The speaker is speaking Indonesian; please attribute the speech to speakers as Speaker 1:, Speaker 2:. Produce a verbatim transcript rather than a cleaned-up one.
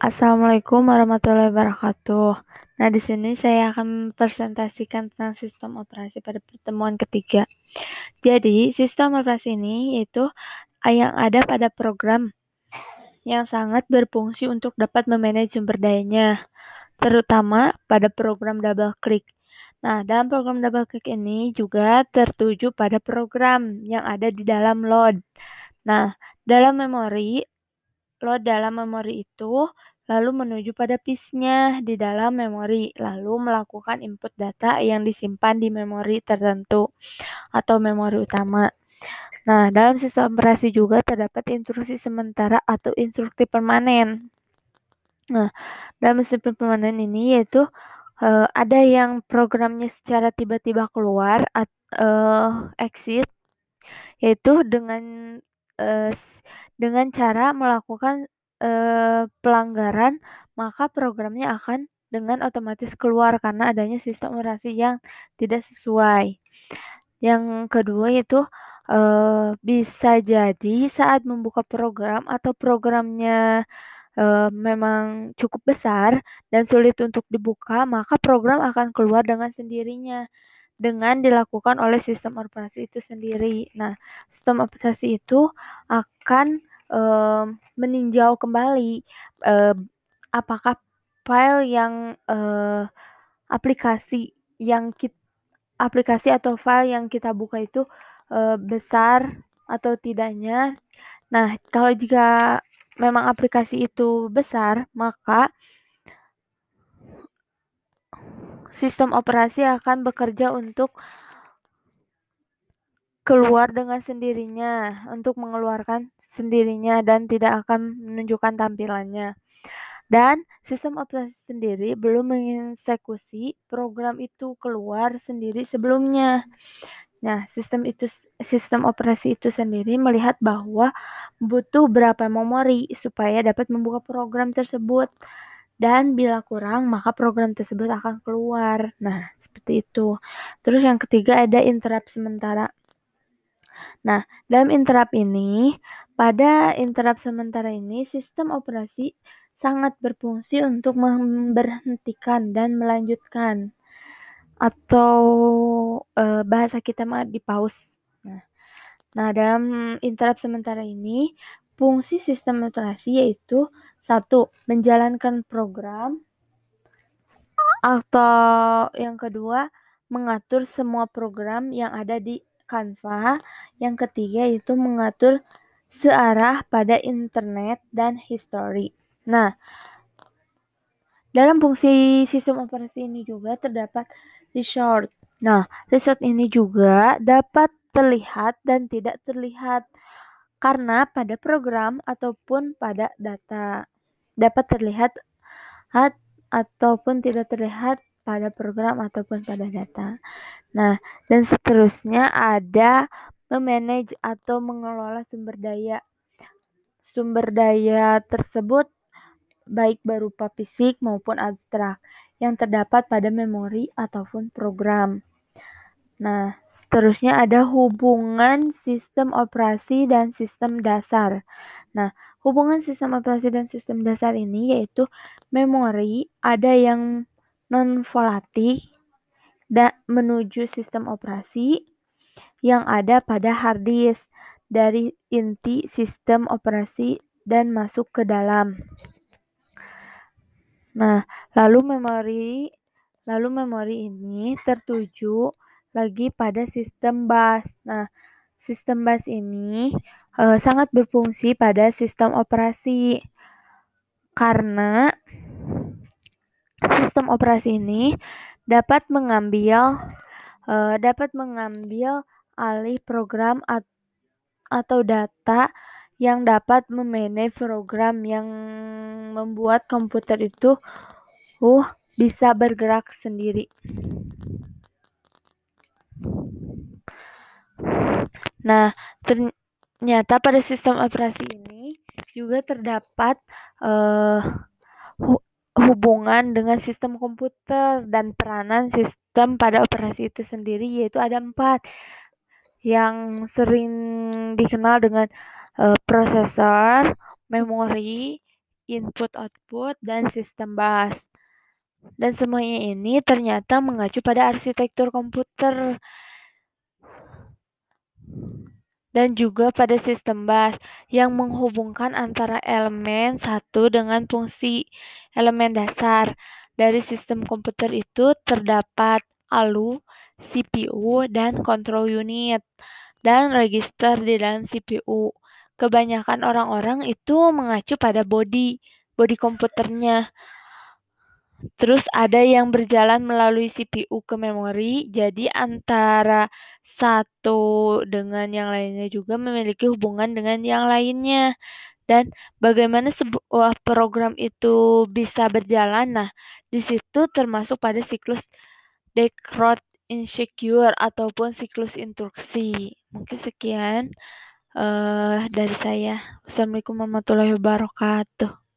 Speaker 1: Assalamualaikum warahmatullahi wabarakatuh. Nah, di sini saya akan presentasikan tentang sistem operasi pada pertemuan ketiga. Jadi, sistem operasi ini yaitu yang ada pada program yang sangat berfungsi untuk dapat memanage sumber dayanya, terutama pada program double click. Nah, dalam program double click ini juga tertuju pada program yang ada di dalam load. Nah, dalam memori, load dalam memori itu lalu menuju pada piece-nya di dalam memori, lalu melakukan input data yang disimpan di memori tertentu atau memori utama. Nah, dalam sistem operasi juga terdapat instruksi sementara atau instruksi permanen. Nah, dalam sistem permanen ini yaitu uh, ada yang programnya secara tiba-tiba keluar atau uh, exit, yaitu dengan uh, dengan cara melakukan uh, pelanggaran, maka programnya akan dengan otomatis keluar karena adanya sistem operasi yang tidak sesuai. Yang kedua yaitu uh, bisa jadi saat membuka program atau programnya uh, memang cukup besar dan sulit untuk dibuka, maka program akan keluar dengan sendirinya dengan dilakukan oleh sistem operasi itu sendiri. Nah, sistem operasi itu akan um, meninjau kembali um, apakah file yang uh, aplikasi yang kita aplikasi atau file yang kita buka itu uh, besar atau tidaknya. Nah, kalau jika memang aplikasi itu besar, maka sistem operasi akan bekerja untuk keluar dengan sendirinya, untuk mengeluarkan sendirinya dan tidak akan menunjukkan tampilannya. Dan sistem operasi sendiri belum mengeksekusi program itu keluar sendiri sebelumnya. Nah, sistem itu sistem operasi itu sendiri melihat bahwa butuh berapa memori supaya dapat membuka program tersebut. Dan bila kurang, maka program tersebut akan keluar. Nah, seperti itu. Terus yang ketiga ada interrupt sementara. Nah, dalam interrupt ini, pada interrupt sementara ini, sistem operasi sangat berfungsi untuk memberhentikan dan melanjutkan atau e, bahasa kita mah di pause. Nah, nah, dalam interrupt sementara ini, fungsi sistem operasi yaitu satu, menjalankan program, atau yang kedua, mengatur semua program yang ada di Canva. Yang ketiga itu mengatur searah pada internet dan history. Nah, dalam fungsi sistem operasi ini juga terdapat resort. Nah, resort ini juga dapat terlihat dan tidak terlihat karena pada program ataupun pada data. Dapat terlihat ataupun tidak terlihat pada program ataupun pada data. Nah, dan seterusnya ada memanage atau mengelola sumber daya. Sumber daya tersebut baik berupa fisik maupun abstrak yang terdapat pada memori ataupun program. Nah, seterusnya ada hubungan sistem operasi dan sistem dasar. Nah, hubungan sistem operasi dan sistem dasar ini yaitu memori ada yang non-volatil dan menuju sistem operasi yang ada pada hard disk dari inti sistem operasi dan masuk ke dalam. Nah, lalu memori lalu memori ini tertuju lagi pada sistem bus. Nah, sistem bus ini e, sangat berfungsi pada sistem operasi karena sistem operasi ini dapat mengambil e, dapat mengambil alih program at, atau data yang dapat memanage program yang membuat komputer itu uh, bisa bergerak sendiri. Nah, ternyata pada sistem operasi ini juga terdapat uh, hu- hubungan dengan sistem komputer dan peranan sistem pada operasi itu sendiri, yaitu ada empat yang sering dikenal dengan uh, prosesor, memori, input-output, dan sistem bus. Dan semuanya ini ternyata mengacu pada arsitektur komputer dan juga pada sistem bus yang menghubungkan antara elemen satu dengan fungsi elemen dasar. Dari sistem komputer itu terdapat A L U, C P U, dan control unit, dan register di dalam C P U. Kebanyakan orang-orang itu mengacu pada body, body komputernya. Terus ada yang berjalan melalui C P U ke memori, jadi antara satu dengan yang lainnya juga memiliki hubungan dengan yang lainnya. Dan bagaimana sebuah program itu bisa berjalan? Nah, di situ termasuk pada siklus Descartes insecure ataupun siklus instruksi. Mungkin sekian uh, dari saya. Wassalamualaikum warahmatullahi wabarakatuh.